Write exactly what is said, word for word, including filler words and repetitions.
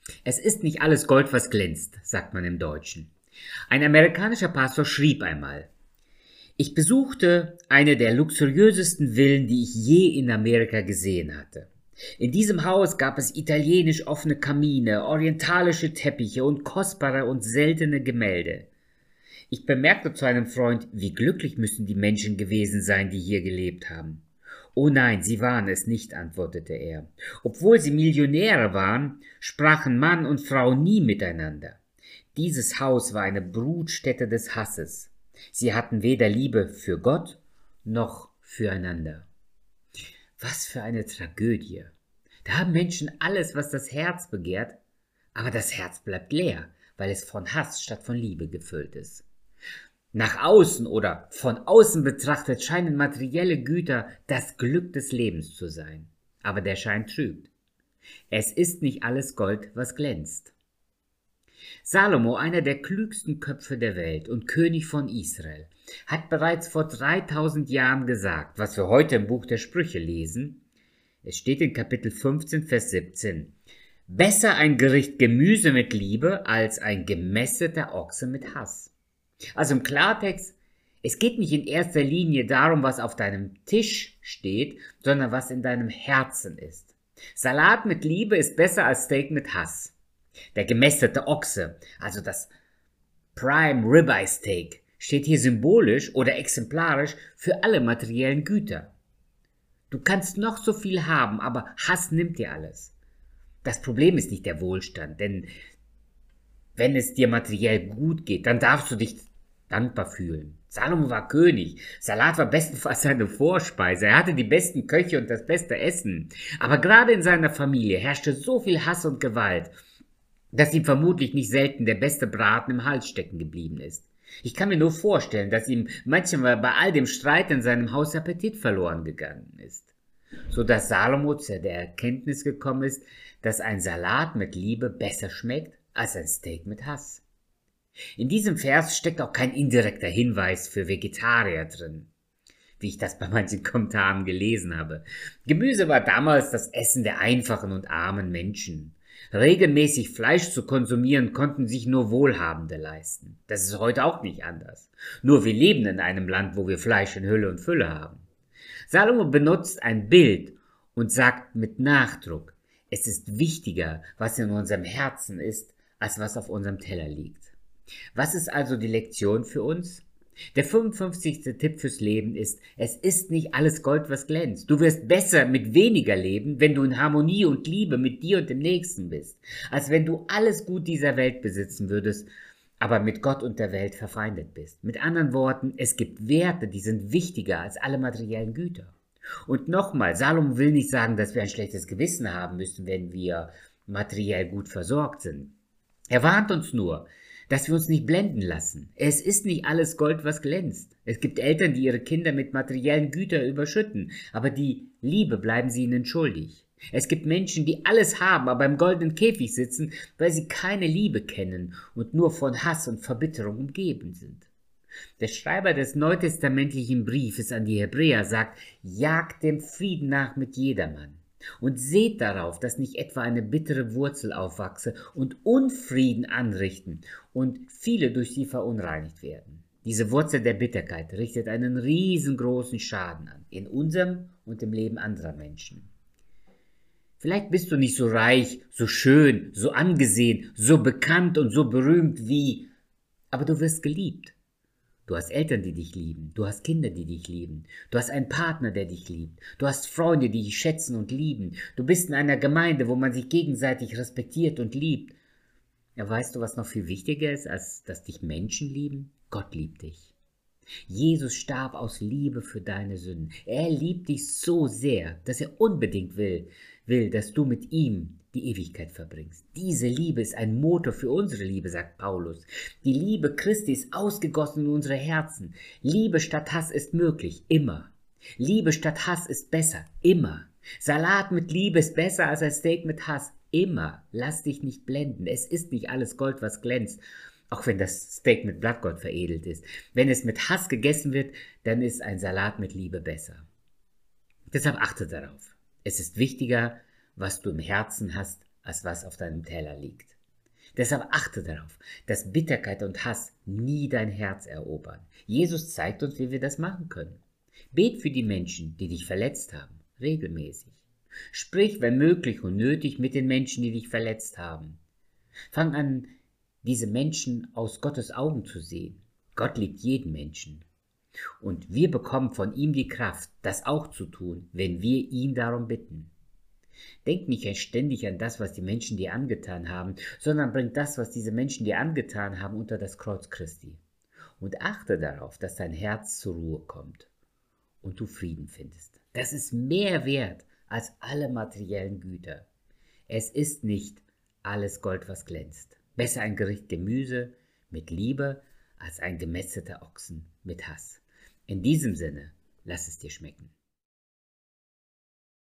Es ist nicht alles Gold, was glänzt, sagt man im Deutschen. Ein amerikanischer Pastor schrieb einmal: Ich besuchte eine der luxuriösesten Villen, die ich je in Amerika gesehen hatte. In diesem Haus gab es italienisch offene Kamine, orientalische Teppiche und kostbare und seltene Gemälde. Ich bemerkte zu einem Freund, wie glücklich müssen die Menschen gewesen sein, die hier gelebt haben. Oh nein, sie waren es nicht, antwortete er. Obwohl sie Millionäre waren, sprachen Mann und Frau nie miteinander. Dieses Haus war eine Brutstätte des Hasses. Sie hatten weder Liebe für Gott noch füreinander. Was für eine Tragödie. Da haben Menschen alles, was das Herz begehrt, aber das Herz bleibt leer, weil es von Hass statt von Liebe gefüllt ist. Nach außen oder von außen betrachtet scheinen materielle Güter das Glück des Lebens zu sein, aber der Schein trügt. Es ist nicht alles Gold, was glänzt. Salomo, einer der klügsten Köpfe der Welt und König von Israel, hat bereits vor dreitausend Jahren gesagt, was wir heute im Buch der Sprüche lesen. Es steht in Kapitel fünfzehn, Vers siebzehn. Besser ein Gericht Gemüse mit Liebe als ein gemästeter Ochse mit Hass. Also im Klartext, es geht nicht in erster Linie darum, was auf deinem Tisch steht, sondern was in deinem Herzen ist. Salat mit Liebe ist besser als Steak mit Hass. Der gemästete Ochse, also das Prime Ribeye Steak, steht hier symbolisch oder exemplarisch für alle materiellen Güter. Du kannst noch so viel haben, aber Hass nimmt dir alles. Das Problem ist nicht der Wohlstand, denn wenn es dir materiell gut geht, dann darfst du dich dankbar fühlen. Salomo war König. Salat war bestenfalls seine Vorspeise. Er hatte die besten Köche und das beste Essen. Aber gerade in seiner Familie herrschte so viel Hass und Gewalt, dass ihm vermutlich nicht selten der beste Braten im Hals stecken geblieben ist. Ich kann mir nur vorstellen, dass ihm manchmal bei all dem Streit in seinem Haus Appetit verloren gegangen ist, so dass Salomo zu der Erkenntnis gekommen ist, dass ein Salat mit Liebe besser schmeckt als ein Steak mit Hass. In diesem Vers steckt auch kein indirekter Hinweis für Vegetarier drin, wie ich das bei manchen Kommentaren gelesen habe. Gemüse war damals das Essen der einfachen und armen Menschen. Regelmäßig Fleisch zu konsumieren konnten sich nur Wohlhabende leisten. Das ist heute auch nicht anders. Nur wir leben in einem Land, wo wir Fleisch in Hülle und Fülle haben. Salomo benutzt ein Bild und sagt mit Nachdruck, es ist wichtiger, was in unserem Herzen ist, als was auf unserem Teller liegt. Was ist also die Lektion für uns? Der fünfundfünfzigste Tipp fürs Leben ist, es ist nicht alles Gold, was glänzt. Du wirst besser mit weniger leben, wenn du in Harmonie und Liebe mit dir und dem Nächsten bist, als wenn du alles Gut dieser Welt besitzen würdest, aber mit Gott und der Welt verfeindet bist. Mit anderen Worten, es gibt Werte, die sind wichtiger als alle materiellen Güter. Und nochmal, Salomo will nicht sagen, dass wir ein schlechtes Gewissen haben müssen, wenn wir materiell gut versorgt sind. Er warnt uns nur, dass wir uns nicht blenden lassen. Es ist nicht alles Gold, was glänzt. Es gibt Eltern, die ihre Kinder mit materiellen Gütern überschütten, aber die Liebe bleiben sie ihnen schuldig. Es gibt Menschen, die alles haben, aber im goldenen Käfig sitzen, weil sie keine Liebe kennen und nur von Hass und Verbitterung umgeben sind. Der Schreiber des neutestamentlichen Briefes an die Hebräer sagt, jagt dem Frieden nach mit jedermann. Und seht darauf, dass nicht etwa eine bittere Wurzel aufwachse und Unfrieden anrichten und viele durch sie verunreinigt werden. Diese Wurzel der Bitterkeit richtet einen riesengroßen Schaden an, in unserem und im Leben anderer Menschen. Vielleicht bist du nicht so reich, so schön, so angesehen, so bekannt und so berühmt wie, aber du wirst geliebt. Du hast Eltern, die dich lieben. Du hast Kinder, die dich lieben. Du hast einen Partner, der dich liebt. Du hast Freunde, die dich schätzen und lieben. Du bist in einer Gemeinde, wo man sich gegenseitig respektiert und liebt. Ja, weißt du, was noch viel wichtiger ist, als dass dich Menschen lieben? Gott liebt dich. Jesus starb aus Liebe für deine Sünden. Er liebt dich so sehr, dass er unbedingt will, will, dass du mit ihm die Ewigkeit verbringst. Diese Liebe ist ein Motor für unsere Liebe, sagt Paulus. Die Liebe Christi ist ausgegossen in unsere Herzen. Liebe statt Hass ist möglich, immer. Liebe statt Hass ist besser, immer. Salat mit Liebe ist besser als ein Steak mit Hass, immer. Lass dich nicht blenden. Es ist nicht alles Gold, was glänzt. Auch wenn das Steak mit Blattgold veredelt ist. Wenn es mit Hass gegessen wird, dann ist ein Salat mit Liebe besser. Deshalb achte darauf. Es ist wichtiger, was du im Herzen hast, als was auf deinem Teller liegt. Deshalb achte darauf, dass Bitterkeit und Hass nie dein Herz erobern. Jesus zeigt uns, wie wir das machen können. Bet für die Menschen, die dich verletzt haben, regelmäßig. Sprich, wenn möglich und nötig, mit den Menschen, die dich verletzt haben. Fang an, diese Menschen aus Gottes Augen zu sehen. Gott liebt jeden Menschen. Und wir bekommen von ihm die Kraft, das auch zu tun, wenn wir ihn darum bitten. Denk nicht ständig an das, was die Menschen dir angetan haben, sondern bring das, was diese Menschen dir angetan haben, unter das Kreuz Christi. Und achte darauf, dass dein Herz zur Ruhe kommt und du Frieden findest. Das ist mehr wert als alle materiellen Güter. Es ist nicht alles Gold, was glänzt. Besser ein Gericht Gemüse mit Liebe als ein gemästeter Ochsen mit Hass. In diesem Sinne, lass es dir schmecken.